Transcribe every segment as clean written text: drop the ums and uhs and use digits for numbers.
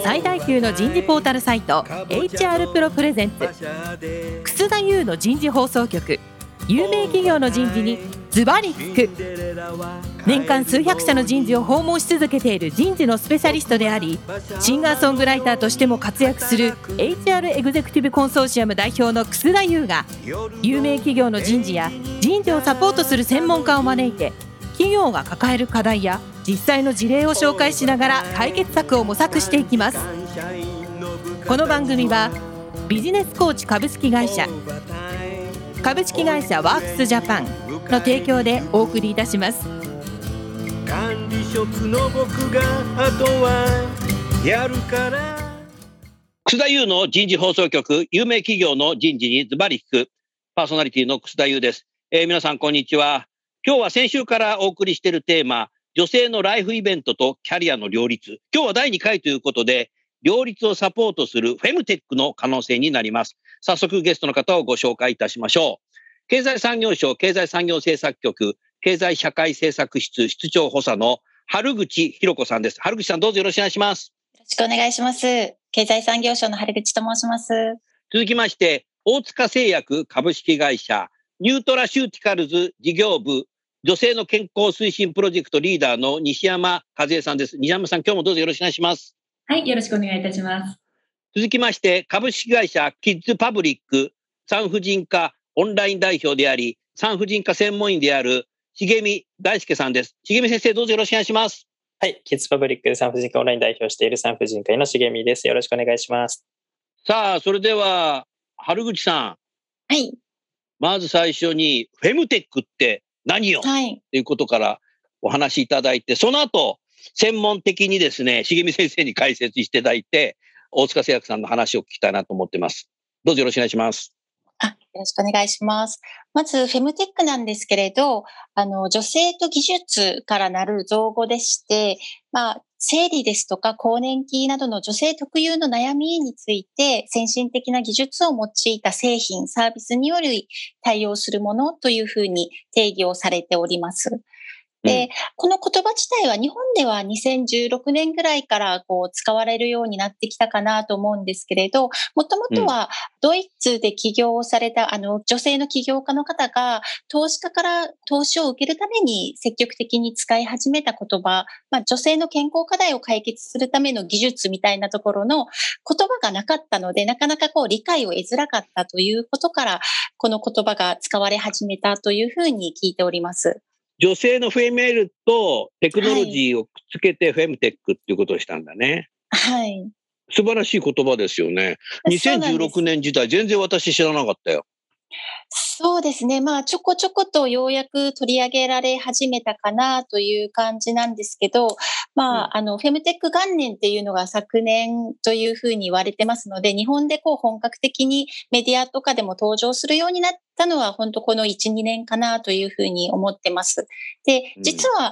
最大級の人事ポータルサイト HR プロプレゼンツ楠田優の人事放送局。有名企業の人事にズバリ聞く。年間数百社の人事を訪問し続けている人事のスペシャリストであり、シンガーソングライターとしても活躍する HR エグゼクティブコンソーシアム代表の楠田優が、有名企業の人事や人事をサポートする専門家を招いて、企業が抱える課題や実際の事例を紹介しながら解決策を模索していきます。この番組はビジネスコーチ株式会社ワークスジャパンの提供でお送りいたします。 管理職の僕があとはやるから。 楠田優の人事放送局、有名企業の人事にズバリ聞く。パーソナリティの楠田優です。皆さんこんにちは。今日は先週からお送りしているテーマ、女性のライフイベントとキャリアの両立。今日は第2回ということで、両立をサポートするフェムテックの可能性になります。早速ゲストの方をご紹介いたしましょう。経済産業省経済産業政策局経済社会政策室室長補佐の春口博子さんです。春口さん、どうぞよろしくお願いします。 よろしくお願いします。経済産業省の春口と申します。 続きまして、大塚製薬株式会社ニュートラシューティカルズ事業部女性の健康推進プロジェクトリーダーの西山和恵さんです。西山さん、今日もどうぞよろしくお願いします。 はい、よろしくお願いいたします。 続きまして、株式会社キッズパブリック産婦人科オンライン代表であり、産婦人科専門医である重見大輔さんです。重見先生、どうぞよろしくお願いします。 はい、キッズパブリックで産婦人科オンライン代表している産婦人科医の重見です。よろしくお願いします。 さあ、それでは春口さん、 はい、 まず最初にフェムテックって何よ、 はい、 ということからお話しいただいて、その後専門的にですね、重見先生に解説していただいて、大塚製薬さんの話を聞きたいなと思ってます。どうぞよろしくお願いします。 よろしくお願いします。まずフェムテックなんですけれど、女性と技術からなる造語でして、生理ですとか更年期などの女性特有の悩みについて先進的な技術を用いた製品、サービスにより対応するものというふうに定義をされております。で、この言葉自体は日本では2016年ぐらいから使われるようになってきたかなと思うんですけれど、もともとはドイツで起業された女性の起業家の方が投資家から投資を受けるために積極的に使い始めた言葉、女性の健康課題を解決するための技術みたいなところの言葉がなかったので、なかなか理解を得づらかったということから、この言葉が使われ始めたというふうに聞いております。 女性のフェメールとテクノロジーをくっつけてフェムテックっていうことをしたんだね。 はい。 素晴らしい言葉ですよね。2016年時代、全然私知らなかったよ。 そうですね。ちょこちょことようやく取り上げられ始めたかなという感じなんですけど、フェムテック元年っていうのが昨年というふうに言われてますので、日本で本格的にメディアとかでも登場するようになったのは本当この1、2年かなというふうに思ってます。で、実は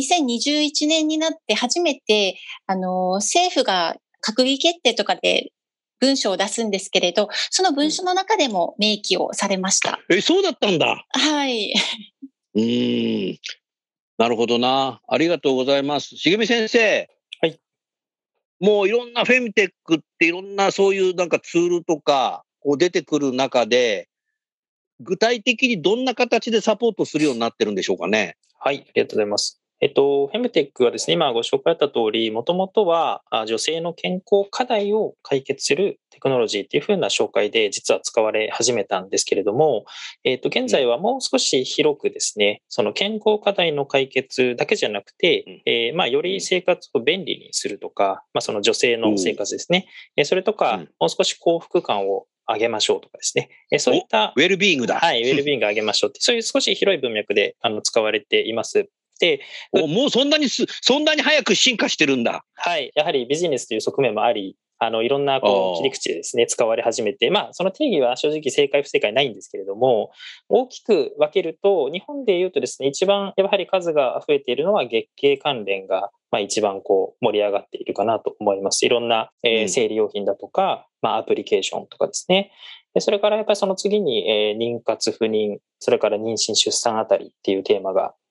2021年になって初めて、政府が閣議決定とかで文書を出すんですけれど、その文書の中でも明記をされました。 そうだったんだ。 はい。 なるほどな。ありがとうございます。重見先生。 はい。 もういろんなフェムテックっていろんなそういうなんかツールとか出てくる中で、具体的にどんな形でサポートするようになってるんでしょうかね。 はい、ありがとうございます。フェムテックはですね、今ご紹介あった通り、もともとは女性の健康課題を解決するテクノロジーっていう風な紹介で実は使われ始めたんですけれども、現在はもう少し広くですね、その健康課題の解決だけじゃなくて、より生活を便利にするとか、その女性の生活ですね、それとか、もう少し幸福感を上げましょうとかですね。そういった。 ウェルビーイングだ。 はい、ウェルビーイング上げましょうって、そういう少し広い文脈で使われています。で、 もうそんなに早く進化してるんだ。 はい。やはりビジネスという側面もあり、いろんな切り口でですね、使われ始めて、その定義は正直正解不正解ないんですけれども、大きく分けると、日本で言うとですね、一番やはり数が増えているのは月経関連が、一番盛り上がっているかなと思います。いろんな、生理用品だとか、アプリケーションとかですね。でそれからやっぱりその次に、妊活不妊、それから妊娠出産あたりっていうテーマが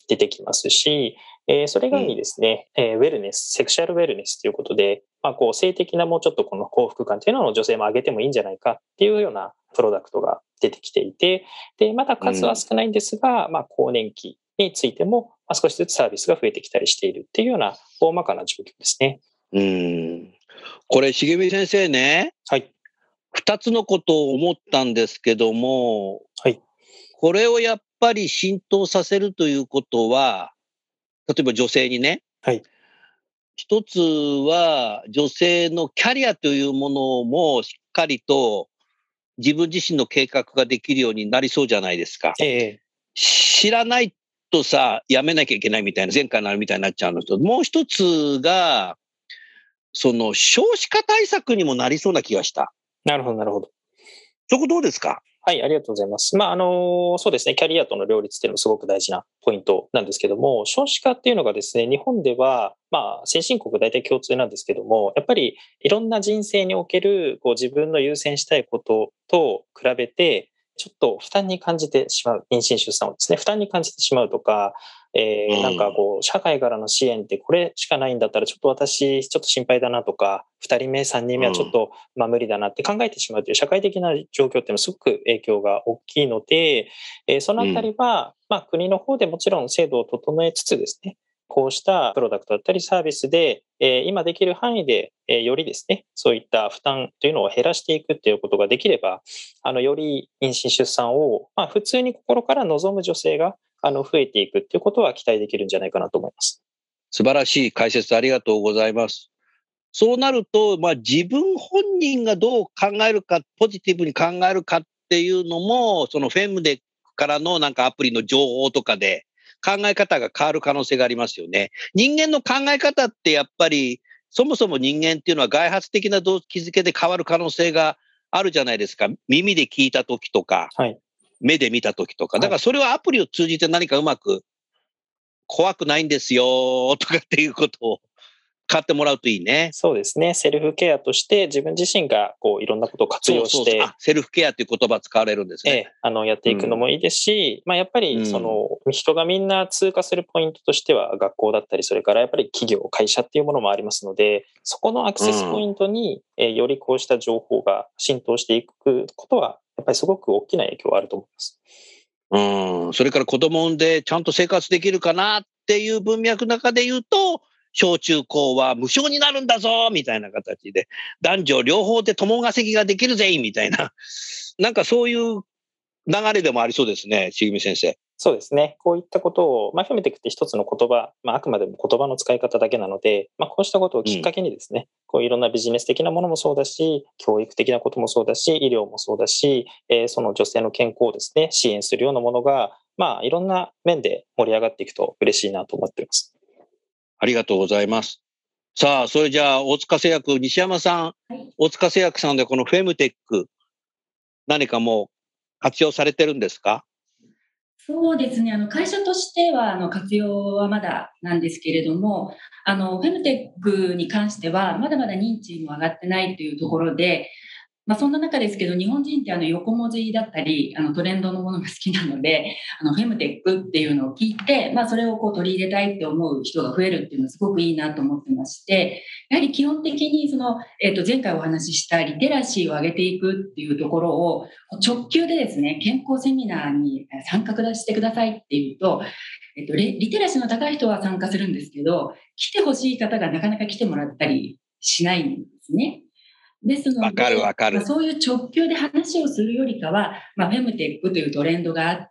出てきますし、それ以外にですね、ウェルネス、セクシャルウェルネスということで、性的なもうちょっとこの幸福感というのを女性も上げてもいいんじゃないかっていうようなプロダクトが出てきていて、で、まだ数は少ないんですが、更年期についても少しずつサービスが増えてきたりしているっていうような大まかな状況ですね。 これ、重見先生ね、 はい。 2つのことを思ったんですけども、 はい。 これをやっぱり浸透させるということは、例えば女性にね、 はい。 一つは女性のキャリアというものもしっかりと自分自身の計画ができるようになりそうじゃないですか。知らないとさ、やめなきゃいけないみたいな、前回のあるみたいになっちゃうのと、もう一つが、その少子化対策にもなりそうな気がした。 なるほど、なるほど。 そこどうですか？ はい、ありがとうございます。そうですね、キャリアとの両立っていうのもすごく大事なポイントなんですけども、少子化っていうのがですね、日本では、先進国大体共通なんですけども、やっぱりいろんな人生における自分の優先したいことと比べて、ちょっと負担に感じてしまう、妊娠出産をですね、負担に感じてしまうとか、社会からの支援ってこれしかないんだったらちょっと私ちょっと心配だなとか、2人目3人目はちょっと無理だなって考えてしまうという社会的な状況っていうのはすごく影響が大きいので、そのあたりは、国の方でもちろん制度を整えつつですね、こうしたプロダクトだったりサービスで、今できる範囲で、よりですね、そういった負担というのを減らしていくっていうことができれば、より妊娠出産を、普通に心から望む女性が増えていくっていうことは期待できるんじゃないかなと思います。 素晴らしい解説ありがとうございます。そうなると、自分本人がどう考えるか、ポジティブに考えるかっていうのも、そのフェムデからのなんかアプリの情報とかで考え方が変わる可能性がありますよね。人間の考え方ってやっぱり、そもそも人間っていうのは外発的な動機づけで変わる可能性があるじゃないですか。耳で聞いた時とか、 はい、 目で見た時とか。だからそれはアプリを通じて何かうまく怖くないんですよとかっていうことを買ってもらうといいね。 そうですね。セルフケアとして自分自身がいろんなことを活用して、 セルフケアという言葉使われるんですね。 やっていくのもいいですし、やっぱり人がみんな通過するポイントとしては学校だったり、それからやっぱり企業、会社っていうものもありますので、そこのアクセスポイントに、よりこうした情報が浸透していくことは、やっぱりすごく大きな影響があると思います。 それから子供産んでちゃんと生活できるかなっていう文脈の中で言うと、小中高は無償になるんだぞみたいな形で、男女両方で共稼ぎができるぜみたいな、なんかそういう流れでもありそうですね、重見先生。 そうですね。こういったことを、フェムテックって一つの言葉、あくまでも言葉の使い方だけなので、こうしたことをきっかけにですね、いろんなビジネス的なものもそうだし、教育的なこともそうだし、医療もそうだし、その女性の健康をですね、支援するようなものが、いろんな面で盛り上がっていくと嬉しいなと思っています。 ありがとうございます。さあ、それじゃあ、大塚製薬、西山さん、大塚製薬さんでこのフェムテック、何かもう活用されてるんですか？ そうですね。会社としては、活用はまだなんですけれども、フェムテックに関しては、まだまだ認知も上がってないというところで、そんな中ですけど、日本人って横文字だったり、トレンドのものが好きなので、フェムテックっていうのを聞いて、それを取り入れたいって思う人が増えるっていうのはすごくいいなと思ってまして、やはり基本的に前回お話ししたリテラシーを上げていくっていうところを直球でですね、健康セミナーに参加してくださいっていうと、リテラシーの高い人は参加するんですけど、来てほしい方がなかなか来てもらったりしないんですね。ですので、 わかる。 そういう直球で話をするよりかは、フェムテックというトレンドがあって、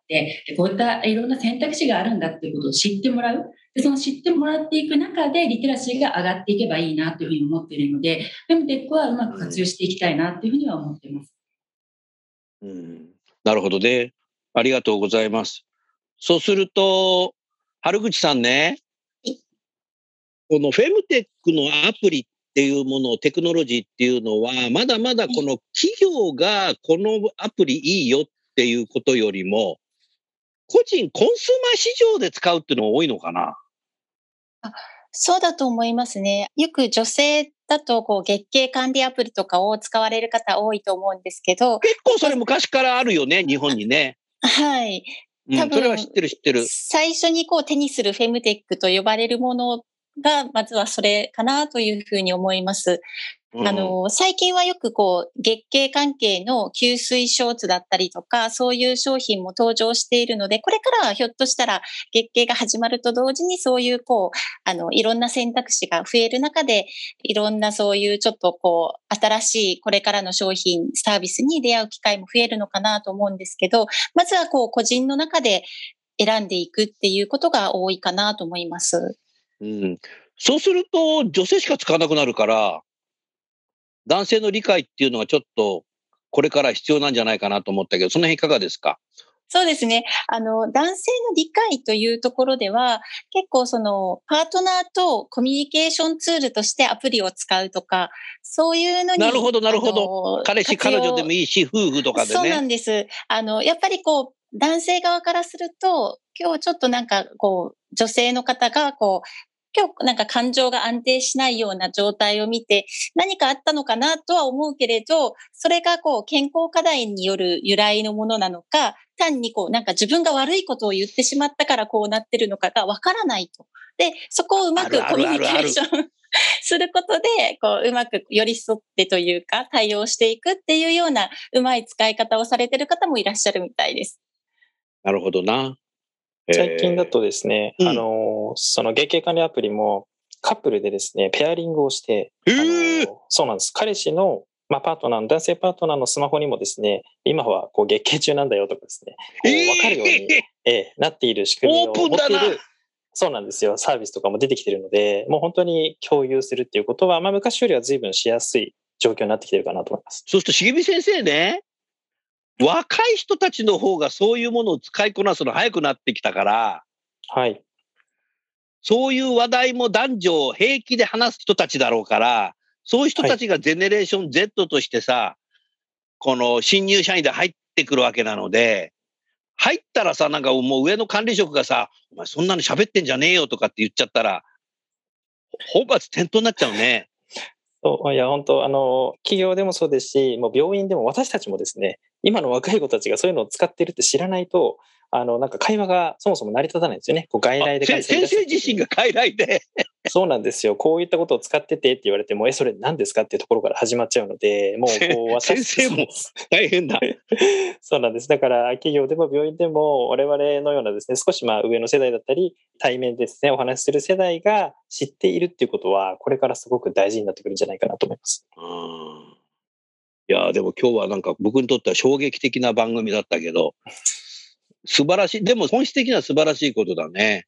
こういったいろんな選択肢があるんだっていうことを知ってもらう。で、その知ってもらっていく中で、リテラシーが上がっていけばいいなというふうに思っているので、フェムテックはうまく活用していきたいなというふうには思っています。 なるほどね。ありがとうございます。そうすると、春口さんね、このフェムテックのアプリっていうもの、テクノロジーっていうのは、まだまだこの企業がこのアプリいいよっていうことよりも、個人、コンスーマー市場で使うっていうのが多いのかな？ そうだと思いますね。よく女性だと月経管理アプリとかを使われる方多いと思うんですけど。 結構それ昔からあるよね、日本にね。 はい。 多分それは知ってる。 最初にこう手にするフェムテックと呼ばれるものが、まずはそれかなというふうに思います。最近はよくこう、月経関係の吸水ショーツだったりとか、そういう商品も登場しているので、これからはひょっとしたら月経が始まると同時にそういうこう、いろんな選択肢が増える中で、いろんなそういうちょっとこう、新しいこれからの商品、サービスに出会う機会も増えるのかなと思うんですけど、まずはこう、個人の中で選んでいくっていうことが多いかなと思います。 そうすると、女性しか使わなくなるから、男性の理解っていうのがちょっとこれから必要なんじゃないかなと思ったけど、その辺いかがですか？ そうですね。男性の理解というところでは、結構その、パートナーとコミュニケーションツールとしてアプリを使うとか、そういうのに。 なるほど。彼氏、彼女でもいいし、夫婦とかでね。 そうなんです。やっぱりこう、男性側からすると、今日ちょっとなんかこう、女性の方がこう、今日なんか感情が安定しないような状態を見て何かあったのかなとは思うけれど、それがこう健康課題による由来のものなのか、単にこうなんか自分が悪いことを言ってしまったからこうなってるのかがわからないと。で、そこをうまくコミュニケーションすることで、こううまく寄り添ってというか対応していくっていうようなうまい使い方をされている方もいらっしゃるみたいです。 なるほどな。 最近だとですね、その月経管理アプリもカップルでですね、ペアリングをして、そうなんです。彼氏の、パートナーの、男性パートナーのスマホにもですね、今はこう月経中なんだよとかですね、分かるように、なっている仕組みを持っている、そうなんですよ、サービスとかも出てきているので、もう本当に共有するっていうことは、昔よりは随分しやすい状況になってきているかなと思います。 そうすると、茂美先生ね、若い人たちの方がそういうものを使いこなすの早くなってきたから、 はい。 そういう話題も男女を平気で話す人たちだろうから、そういう人たちがゼネレーション Z としてさ、この新入社員で入ってくるわけなので、入ったらさ、なんかもう上の管理職がさ、お前そんなの喋ってんじゃねえよとかって言っちゃったら、本末転倒になっちゃうね。 いや本当企業でもそうですし、もう病院でも私たちもですね、今の若い子たちがそういうのを使ってるって知らないと、なんか会話がそもそも成り立たないんですよね。こう外来で先生自身が外来でそうなんですよ。こういったことを使っててって言われても、それ何ですかっていうところから始まっちゃうので、もうこう先生も大変だ。 そうなんです。だから企業でも病院でも我々のようなですね、少し上の世代だったり、対面ですね、お話しする世代が知っているっていうことは、これからすごく大事になってくるんじゃないかなと思います。 いやでも今日はなんか僕にとっては衝撃的な番組だったけど、素晴らしい。でも本質的には素晴らしいことだね。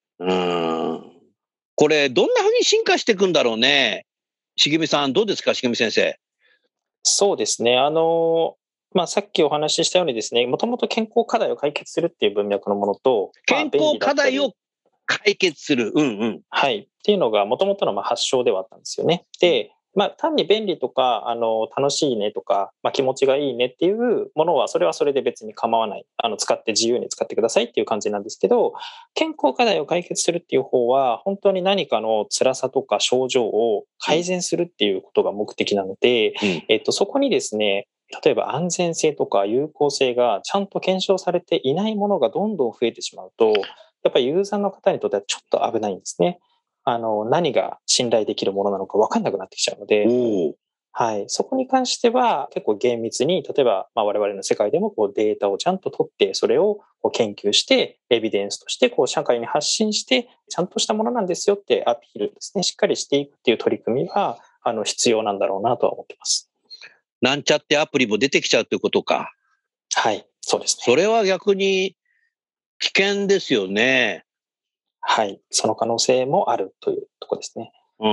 これどんな風に進化していくんだろうね。茂美さんどうですか、茂美先生。 そうですね。さっきお話ししたようにですね、もともと健康課題を解決するっていう文脈のものと、 健康課題を解決する。 はい。っていうのがもともとの発祥ではあったんですよね。で、単に便利とか、楽しいねとか、気持ちがいいねっていうものは、それはそれで別に構わない。使って自由に使ってくださいっていう感じなんですけど、健康課題を解決するっていう方は、本当に何かの辛さとか症状を改善するっていうことが目的なので、そこにですね、例えば安全性とか有効性がちゃんと検証されていないものがどんどん増えてしまうと、やっぱりユーザーの方にとってはちょっと危ないんですね。何が信頼できるものなのか分かんなくなってきちゃうので、はい、そこに関しては結構厳密に、例えば我々の世界でもこうデータをちゃんと取って、それをこう研究してエビデンスとしてこう社会に発信して、ちゃんとしたものなんですよってアピールですね、しっかりしていくっていう取り組みは必要なんだろうなとは思っています。 なんちゃってアプリも出てきちゃうということか。 はい、そうですね。 それは逆に危険ですよね。 はい、その可能性もあるというところですね。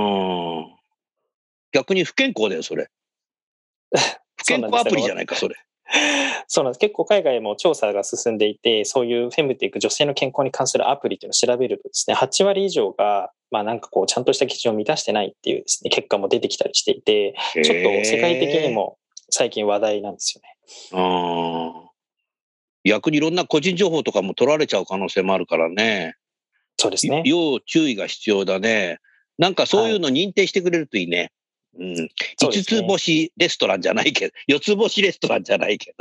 逆に不健康だよ、それ。不健康アプリじゃないか、それ。 そうなんです。結構海外も調査が進んでいて、そういうフェムテック、女性の健康に関するアプリっていうのを調べるとですね、8割以上が、なんかこう、ちゃんとした基準を満たしてないっていうですね、結果も出てきたりしていて、ちょっと世界的にも最近話題なんですよね。 逆にいろんな個人情報とかも取られちゃう可能性もあるからね。 そうですね。 要注意が必要だね。なんかそういうの認定してくれるといいね。5つ星レストランじゃないけど、4つ星レストランじゃないけど。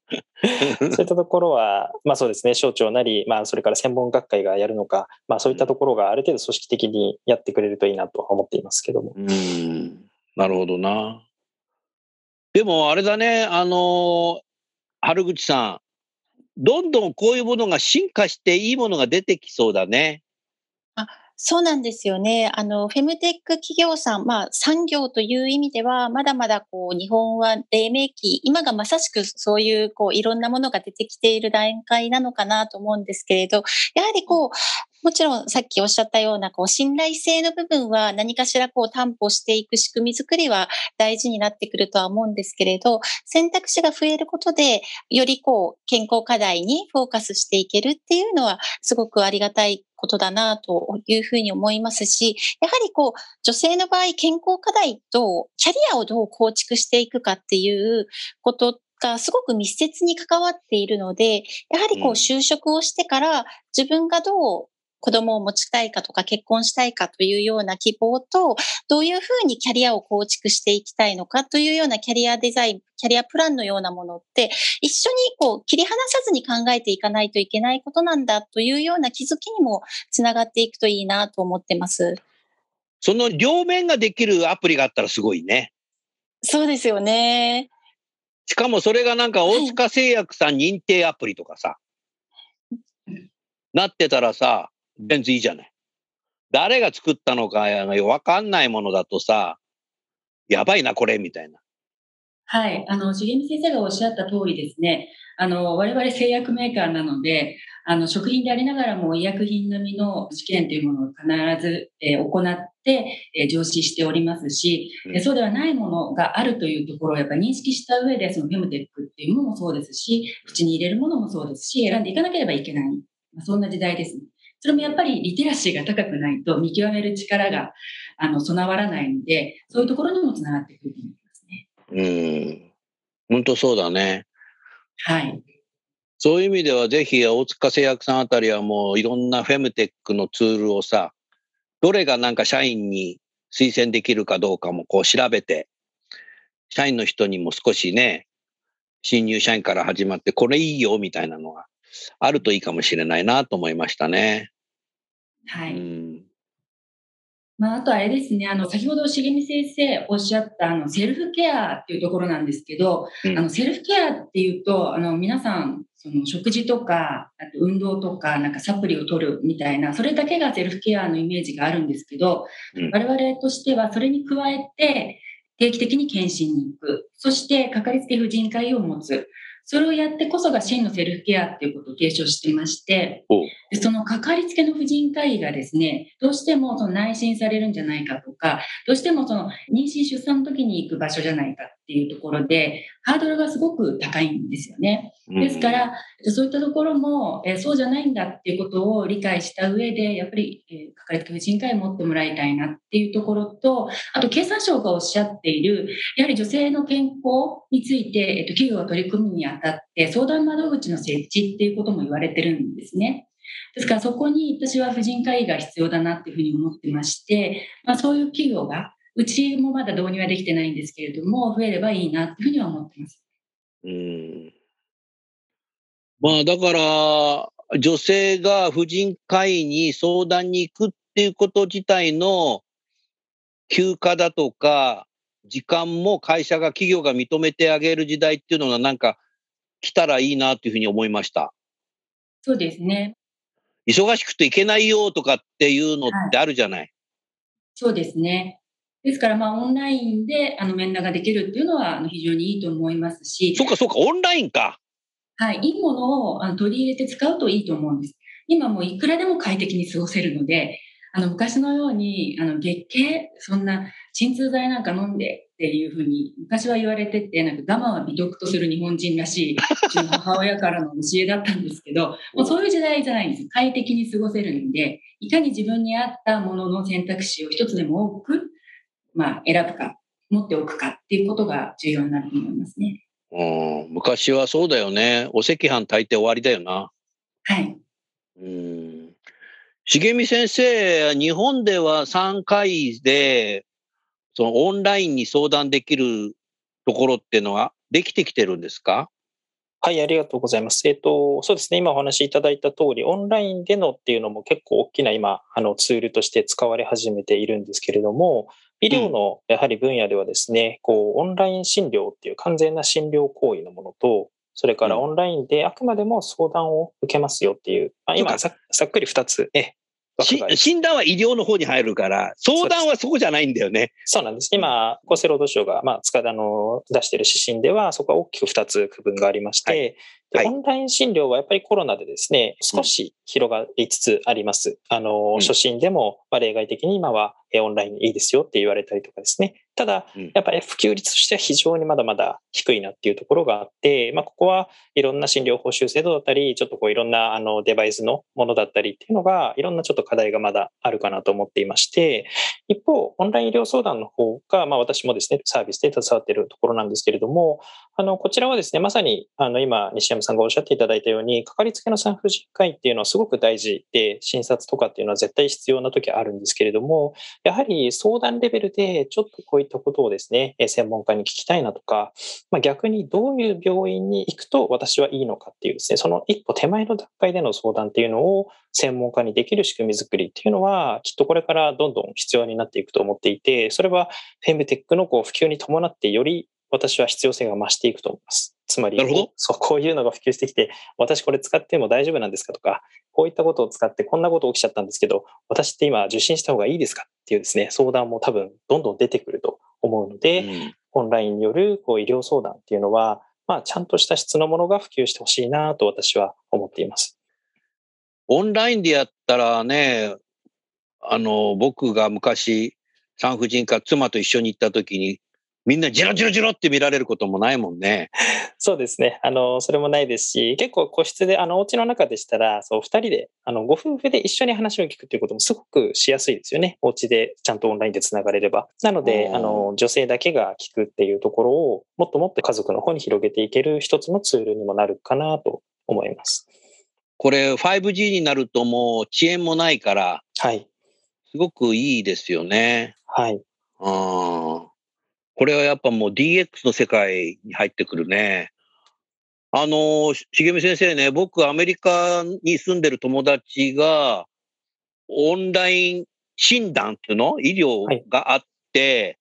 そういったところは、そうですね、省庁なり、それから専門学会がやるのか、そういったところがある程度組織的にやってくれるといいなと思っていますけども。 なるほどな。でもあれだね、春口さん、どんどんこういうものが進化していいものが出てきそうだね。 そうなんですよね。フェムテック企業さん、産業という意味では、まだまだ日本は黎明期、今がまさしくそういういろんなものが出てきている段階なのかなと思うんですけれど、やはりもちろんさっきおっしゃったような信頼性の部分は何かしら担保していく仕組み作りは大事になってくるとは思うんですけれど、選択肢が増えることで、より健康課題にフォーカスしていけるっていうのはすごくありがたいことだなというふうに思いますし、やはり女性の場合健康課題とキャリアをどう構築していくかっていうことがすごく密接に関わっているので、やはり就職をしてから自分がどう子供を持ちたいかとか結婚したいかというような希望と、どういうふうにキャリアを構築していきたいのかというようなキャリアデザイン、キャリアプランのようなものって、一緒に切り離さずに考えていかないといけないことなんだというような気づきにもつながっていくといいなと思ってます。 その両面ができるアプリがあったらすごいね。 そうですよね。 しかもそれがなんか大塚製薬さん認定アプリとかさ、なってたらさ、全然いいじゃない。誰が作ったのかわかんないものだとさ、やばいなこれみたいな。 はい、重見先生がおっしゃった通りですね。我々製薬メーカーなので、食品でありながらも医薬品並みの試験というものを必ず、行って、上司しておりますし、そうではないものがあるというところをやっぱり認識した上で、そのフェムテックっていうものもそうですし、口に入れるものもそうですし、選んでいかなければいけない。そんな時代ですね。それもやっぱりリテラシーが高くないと見極める力が備わらないので、そういうところにもつながってくると思いますね。 本当そうだね。 はい。 そういう意味ではぜひ大塚製薬さんあたりはもういろんなフェムテックのツールをさ、どれがなんか社員に推薦できるかどうかも調べて、社員の人にも少しね、新入社員から始まってこれいいよみたいなのがあるといいかもしれないなと思いましたね。 はい。あとあれですね、先ほど重見先生おっしゃったセルフケアっていうところなんですけど、セルフケアっていうと、皆さん、その食事とか、あと運動とか、なんかサプリを取るみたいな、それだけがセルフケアのイメージがあるんですけど、我々としてはそれに加えて、定期的に検診に行く。そしてかかりつけ婦人科医を持つ。それをやってこそが真のセルフケアっていうことを提唱していまして、でそのかかりつけの婦人科医がですね、どうしてもその内診されるんじゃないかとか、どうしてもその妊娠出産の時に行く場所じゃないかっていうところで、ハードルがすごく高いんですよね。ですから、そういったところも、そうじゃないんだっていうことを理解した上で、やっぱり、かかりつけ婦人科医を持ってもらいたいなっていうところと、あと経産省がおっしゃっている、やはり女性の健康について、企業が取り組むにあたって相談窓口の設置っていうことも言われてるんですね。ですからそこに私は婦人科医が必要だなっていうふうに思ってまして、そういう企業が、うちもまだ導入はできてないんですけれども、増えればいいなっていうふうには思ってます。 だから女性が婦人科医に相談に行くっていうこと自体の休暇だとか時間も企業が認めてあげる時代っていうのがなんか来たらいいなっていうふうに思いました。 そうですね。 忙しくて行けないよとかっていうのってあるじゃない。 そうですね。ですからオンラインで面談ができるっていうのは非常にいいと思いますし。 そうかオンラインか。 はい、いいものを取り入れて使うといいと思うんです。今もういくらでも快適に過ごせるので、昔のように月経、そんな鎮痛剤なんか飲んでっていうふうに昔は言われてて、なんか我慢は美徳とする日本人らしい、うちの母親からの教えだったんですけど、もうそういう時代じゃないんです。快適に過ごせるんで、いかに自分に合ったものの選択肢を一つでも多く、選ぶか、持っておくかっていうことが重要になると思いますね。 昔はそうだよね。お赤飯炊いて終わりだよな。 はい。 重見先生、日本では3回でそのオンラインに相談できるところっていうのはできてきてるんですか？ はい、ありがとうございます。そうですね、今お話しいただいた通り、オンラインでのっていうのも結構大きな今、ツールとして使われ始めているんですけれども、医療のやはり分野ではですね、オンライン診療っていう完全な診療行為のものと、それからオンラインであくまでも相談を受けますよっていう、今ざっくり2つ、 診断は医療の方に入るから、相談はそこじゃないんだよね。 そうなんです。今、厚生労働省が、出している指針では、そこは大きく2つ区分がありまして、オンライン診療はやっぱりコロナでですね、少し広がりつつあります。初診でも、例外的に今はオンラインいいですよって言われたりとかですね。ただ、やっぱり普及率としては非常にまだまだ低いなっていうところがあって、ここはいろんな診療報酬制度だったり、ちょっといろんなデバイスのものだったりっていうのが、いろんなちょっと課題がまだあるかなと思っていまして、一方、オンライン医療相談の方が、私もですね、サービスで携わっているところなんですけれども、こちらはですね、まさに今、西山さんがおっしゃっていただいたように、かかりつけの産婦人科医っていうのはすごく大事で、診察とかっていうのは絶対必要な時あるんですけれども、やはり相談レベルでちょっとこういったことをですね、専門家に聞きたいなとか、逆にどういう病院に行くと私はいいのかっていうですね、その一歩手前の段階での相談っていうのを専門家にできる仕組み作りっていうのは、きっとこれからどんどん必要になっていくと思っていて、それはフェムテックの普及に伴ってより私は必要性が増していくと思います。つまり、こういうのが普及してきて、私これ使っても大丈夫なんですかとか、こういったことを使ってこんなこと起きちゃったんですけど、私って今受診した方がいいですかっていうですね、相談も多分どんどん出てくると思うので、オンラインによる医療相談っていうのは、ちゃんとした質のものが普及してほしいなと私は思っています。 オンラインでやったらね、僕が昔産婦人科妻と一緒に行った時にみんなジロジロジロって見られることもないもんね。 そうですね。それもないですし、結構個室で、お家の中でしたら、2人で、ご夫婦で一緒に話を聞くっていうこともすごくしやすいですよね。お家でちゃんとオンラインでつながれれば。なので、女性だけが聞くっていうところを、もっともっと家族の方に広げていける一つのツールにもなるかなと思います。 これ 5G になるともう遅延もないから、すごくいいですよね。これはやっぱもう DX の世界に入ってくるね。茂美先生ね、僕アメリカに住んでる友達がオンライン診断っていうの医療があって、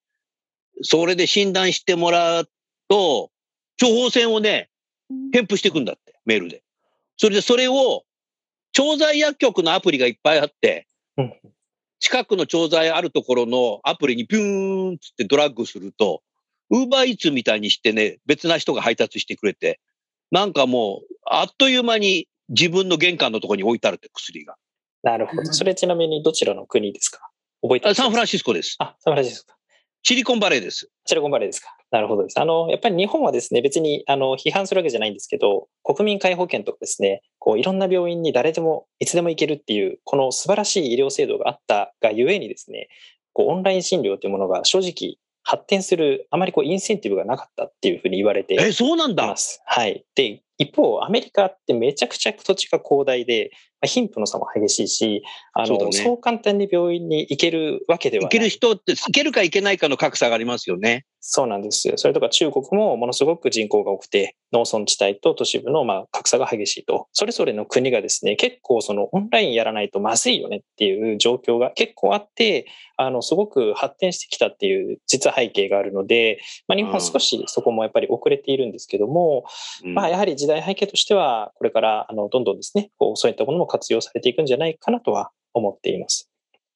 それで診断してもらうと処方箋をね添付していくんだってメールで。それを調剤薬局のアプリがいっぱいあって、近くの調剤あるところのアプリにピューンってドラッグすると、ウーバーイーツみたいにしてね、別な人が配達してくれて、なんかもう、あっという間に自分の玄関のところに置いてあるって薬が。 なるほど。それちなみにどちらの国ですか？覚えてますか？ サンフランシスコです。 サンフランシスコ。 シリコンバレーです。 シリコンバレーですか。なるほどです。やっぱり日本はですね、別に批判するわけじゃないんですけど、国民皆保険とかですね、いろんな病院に誰でもいつでも行けるっていう、この素晴らしい医療制度があったがゆえにですね、オンライン診療というものが正直発展する、あまりインセンティブがなかったっていうふうに言われています。 そうなんだ。 はい。で、一方、アメリカってめちゃくちゃ土地が広大で、貧富の差も激しいし、そう簡単に病院に行けるわけではない。 行ける人って、行けるか行けないかの格差がありますよね。 そうなんですよ。それとか中国もものすごく人口が多くて、農村地帯と都市部の格差が激しいと。それぞれの国がですね、結構オンラインやらないとまずいよねっていう状況が結構あって、すごく発展してきたっていう実は背景があるので、日本は少しそこもやっぱり遅れているんですけども、やはり時代背景としては、これからどんどんですね、そういったものも活用されていくんじゃないかなとは思っています。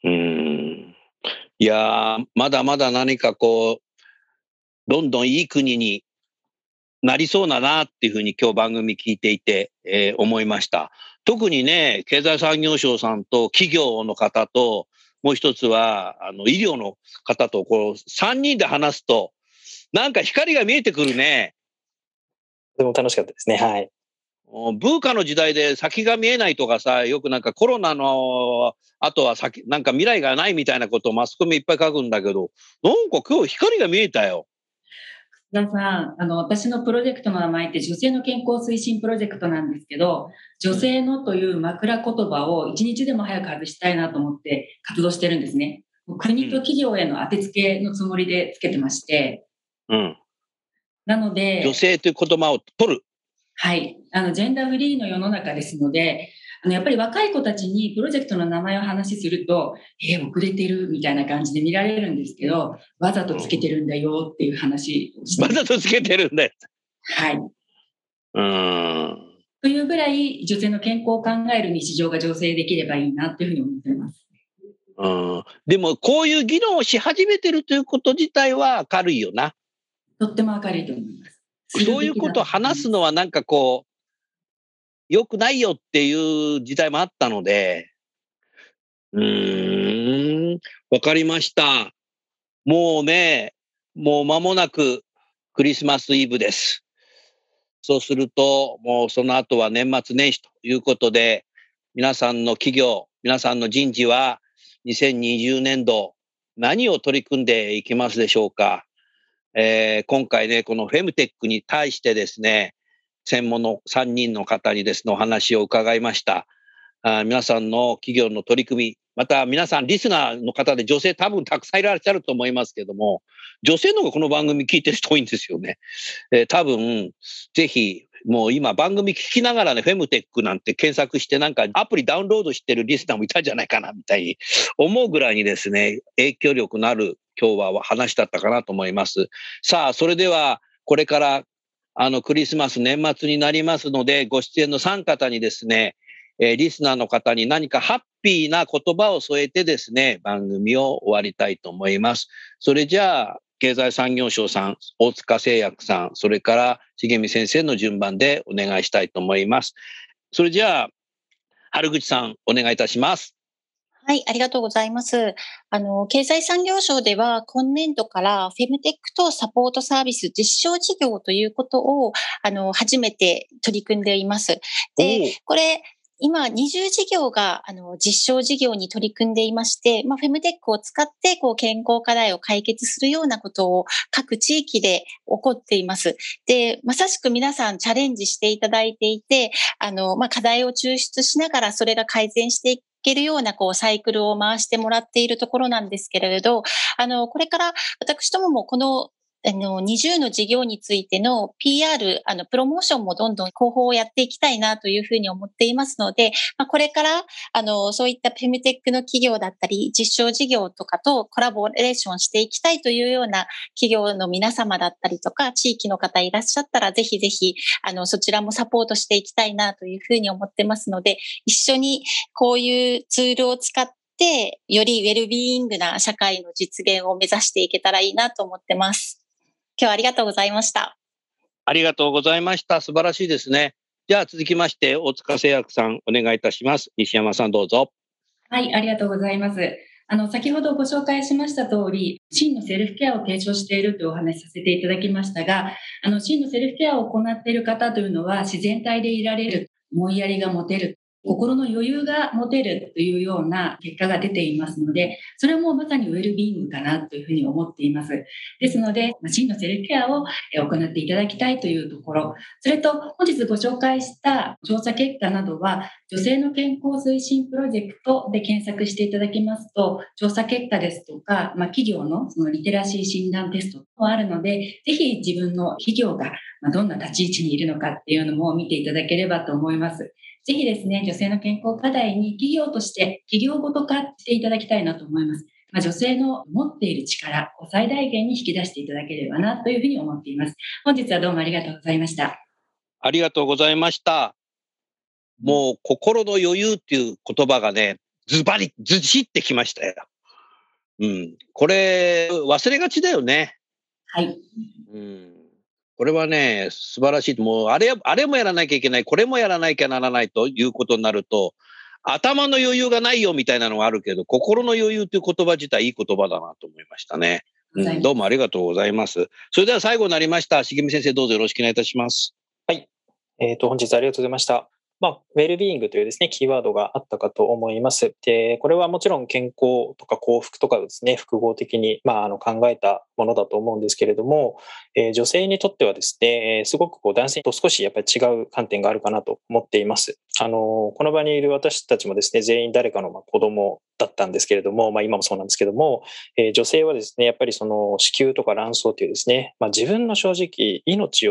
いやー、まだまだ何かどんどんいい国になりそうだなっていうふうに今日番組聞いていて、思いました。特にね、経済産業省さんと企業の方と、もう一つは医療の方と3人で話すと、なんか光が見えてくるね。 でも楽しかったですね。はい。 文化の時代で先が見えないとかさ、よくなんかコロナの後はなんか未来がないみたいなことをマスコミいっぱい書くんだけど、なんか今日光が見えたよ。 皆さん、私のプロジェクトの名前って女性の健康推進プロジェクトなんですけど、女性のという枕言葉を一日でも早く外したいなと思って活動してるんですね。国と企業への当てつけのつもりでつけてまして。なので。 女性という言葉を取る。 はい。ジェンダーフリーの世の中ですので、やっぱり若い子たちにプロジェクトの名前を話しすると、遅れてるみたいな感じで見られるんですけど、わざとつけてるんだよっていう話をしてわざとつけてるんだよ。 はい。 というぐらい女性の健康を考える日常が醸成できればいいなというふうに思っています。 でもこういう議論をし始めてるということ自体は明るいよな。 とっても明るいと思います。 そういうことを話すのはなんかこう良くないよっていう時代もあったので、わかりました。もう間もなくクリスマスイブです。そうすると、もうその後は年末年始ということで、皆さんの企業、皆さんの人事は2020年度何を取り組んでいきますでしょうか。今回ね、このフェムテックに対してですね、専門の3人の方にですね、お話を伺いました。皆さんの企業の取り組み、また皆さんリスナーの方で女性多分たくさんいらっしゃると思いますけども、女性の方がこの番組聞いてる人多いんですよね。多分、ぜひ、もう今番組聞きながらね、フェムテックなんて検索してなんかアプリダウンロードしてるリスナーもいたんじゃないかなみたいに思うぐらいにですね、影響力のある今日は話だったかなと思います。さあ、それではこれからクリスマス年末になりますので、ご出演の3方にですね、リスナーの方に何かハッピーな言葉を添えてですね、番組を終わりたいと思います。それじゃあ、経済産業省さん、大塚製薬さん、それから重見先生の順番でお願いしたいと思います。それじゃあ、春口さん、お願いいたします。 はい、ありがとうございます。経済産業省では今年度からフェムテックとサポートサービス実証事業ということを、初めて取り組んでいます。で、これ、今、20事業が、実証事業に取り組んでいまして、フェムテックを使って、健康課題を解決するようなことを各地域で起こっています。で、まさしく皆さんチャレンジしていただいていて、課題を抽出しながらそれが改善していけるようなサイクルを回してもらっているところなんですけれど、これから私どももこの20の事業についての PR、プロモーションもどんどん広報をやっていきたいなというふうに思っていますので、これから、そういったフェムテックの企業だったり、実証事業とかとコラボレーションしていきたいというような企業の皆様だったりとか、地域の方いらっしゃったら、ぜひぜひ、そちらもサポートしていきたいなというふうに思ってますので、一緒にこういうツールを使って、よりウェルビーイングな社会の実現を目指していけたらいいなと思ってます。今日はありがとうございました。 ありがとうございました。素晴らしいですね。じゃあ続きまして、大塚製薬さん、お願いいたします。西山さん、どうぞ。 はい、ありがとうございます。先ほどご紹介しました通り、真のセルフケアを提唱しているというお話しさせていただきましたが、真のセルフケアを行っている方というのは自然体でいられる、思いやりが持てる、心の余裕が持てるというような結果が出ていますので、それもまさにウェルビーイングかなというふうに思っています。ですので、真のセルフケアを行っていただきたいというところ、それと本日ご紹介した調査結果などは、女性の健康推進プロジェクトで検索していただきますと、調査結果ですとか、企業のそのリテラシー診断テストもあるので、ぜひ自分の企業がどんな立ち位置にいるのかっていうのも見ていただければと思います。ぜひですね、女性の健康課題に企業として企業ごと化していただきたいなと思います。女性の持っている力を最大限に引き出していただければなというふうに思っています。本日はどうもありがとうございました。 ありがとうございました。もう心の余裕っていう言葉がね、ズシってきましたよ。これ忘れがちだよね。 はい。 これはね、素晴らしい。もうあれもやらなきゃいけない、これもやらなきゃならないということになると、頭の余裕がないよみたいなのがあるけど、心の余裕という言葉自体いい言葉だなと思いましたね。どうもありがとうございます。それでは最後になりました。重見先生、どうぞよろしくお願いいたします。 はい。本日ありがとうございました。ウェルビーイングというですね、キーワードがあったかと思います。で、これはもちろん健康とか幸福とかですね、複合的に、考えたものだと思うんですけれども、女性にとってはですね、すごく男性と少しやっぱり違う観点があるかなと思っています。この場にいる私たちもですね、全員誰かの子供だったんですけれども、今もそうなんですけども、女性はですね、やっぱりその子宮とか卵巣というですね、自分の正直命を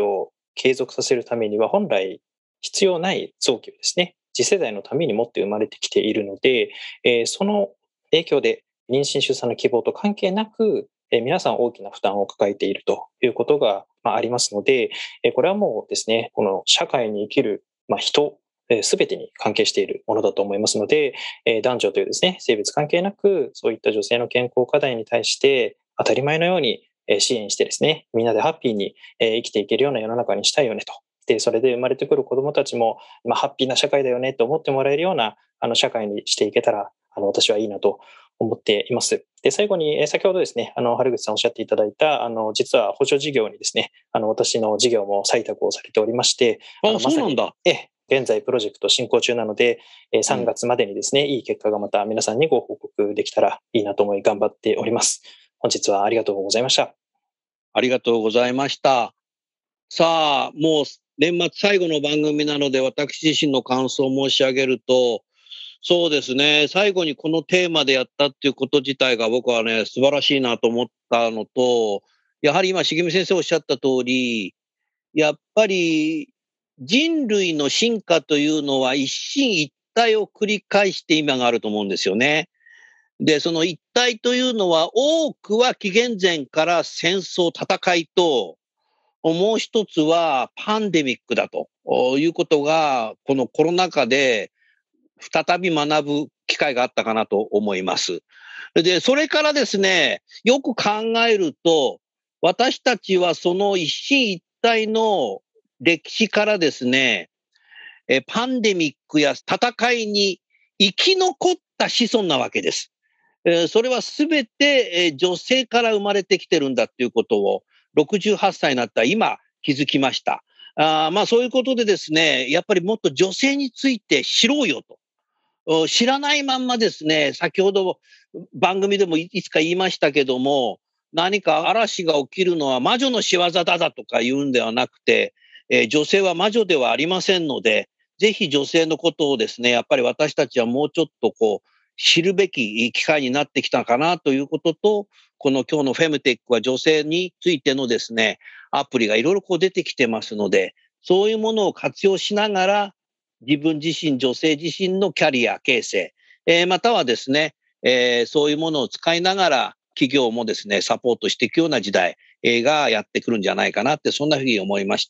継続させるためには本来必要ない臓器をですね、次世代のために持って生まれてきているので、その影響で妊娠出産の希望と関係なく、皆さん大きな負担を抱えているということがありますので、これはもうですね、この社会に生きる人すべてに関係しているものだと思いますので、男女というですね、性別関係なく、そういった女性の健康課題に対して当たり前のように支援してですね、みんなでハッピーに生きていけるような世の中にしたいよねと。で、それで生まれてくる子どもたちも、ハッピーな社会だよねと思ってもらえるような社会にしていけたら、私はいいなと思っています。で、最後に、先ほどですね、春口さんおっしゃっていただいた、実は補助事業にですね、私の事業も採択をされておりまして、 そうなんだ。 現在プロジェクト進行中なので、3月までにですね、いい結果がまた皆さんにご報告できたらいいなと思い頑張っております。本日はありがとうございました。 ありがとうございました。さあ、もう年末最後の番組なので、私自身の感想を申し上げると、そうですね、最後にこのテーマでやったっていうこと自体が僕はね、素晴らしいなと思ったのと、やはり今、茂美先生おっしゃった通り、やっぱり人類の進化というのは一進一退を繰り返して今があると思うんですよね。で、その一退というのは多くは紀元前から戦争、戦いと、もう一つはパンデミックだということが、このコロナ禍で再び学ぶ機会があったかなと思います。で、それからですね、よく考えると、私たちはその一進一退の歴史からですね、パンデミックや戦いに生き残った子孫なわけです。それはすべて女性から生まれてきてるんだっていうことを68歳になった今気づきました。そういうことでですね、やっぱりもっと女性について知ろうよと。知らないまんまですね、先ほど番組でもいつか言いましたけども、何か嵐が起きるのは魔女の仕業だとか言うんではなくて、女性は魔女ではありませんので、ぜひ女性のことをですね、やっぱり私たちはもうちょっと知るべき機会になってきたかなということと、この今日のフェムテックは女性についてのですね、アプリがいろいろ出てきてますので、そういうものを活用しながら、自分自身、女性自身のキャリア形成、またはですね、そういうものを使いながら、企業もですね、サポートしていくような時代がやってくるんじゃないかなって、そんなふうに思いました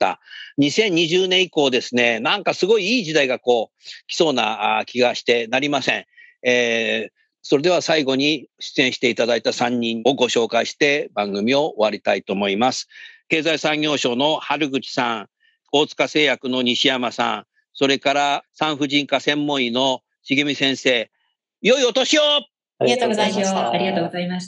。2020年以降ですね、なんかすごいいい時代が来そうな気がしてなりません。それでは最後に出演していただいた3人をご紹介して番組を終わりたいと思います。経済産業省の春口さん、大塚製薬の西山さん、それから産婦人科専門医の茂美先生、良いお年を。 ありがとうございました。 ありがとうございました。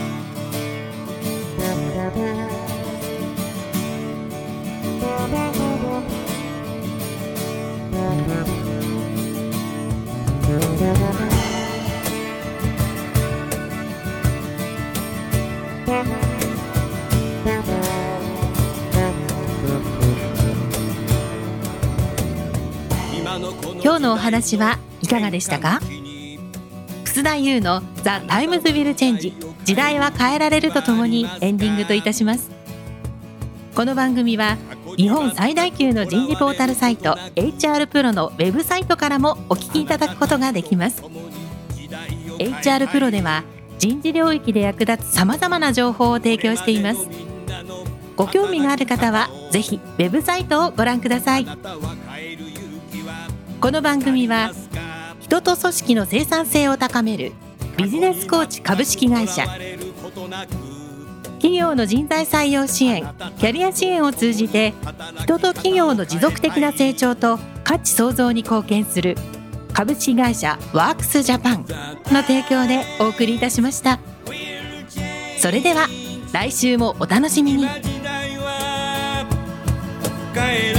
今日のお話はいかがでしたか？楠田優の The Times Will Change 時代は変えられるとともにエンディングといたします。この番組は日本最大級の人事ポータルサイト HR プロのウェブサイトからもお聞きいただくことができます。 HR プロでは人事領域で役立つさまざまな情報を提供しています。ご興味がある方はぜひウェブサイトをご覧ください。この番組は人と組織の生産性を高めるビジネスコーチ株式会社、企業の人材採用支援、キャリア支援を通じて人と企業の持続的な成長と価値創造に貢献する株式会社ワークスジャパンの提供でお送りいたしました。それでは来週もお楽しみに。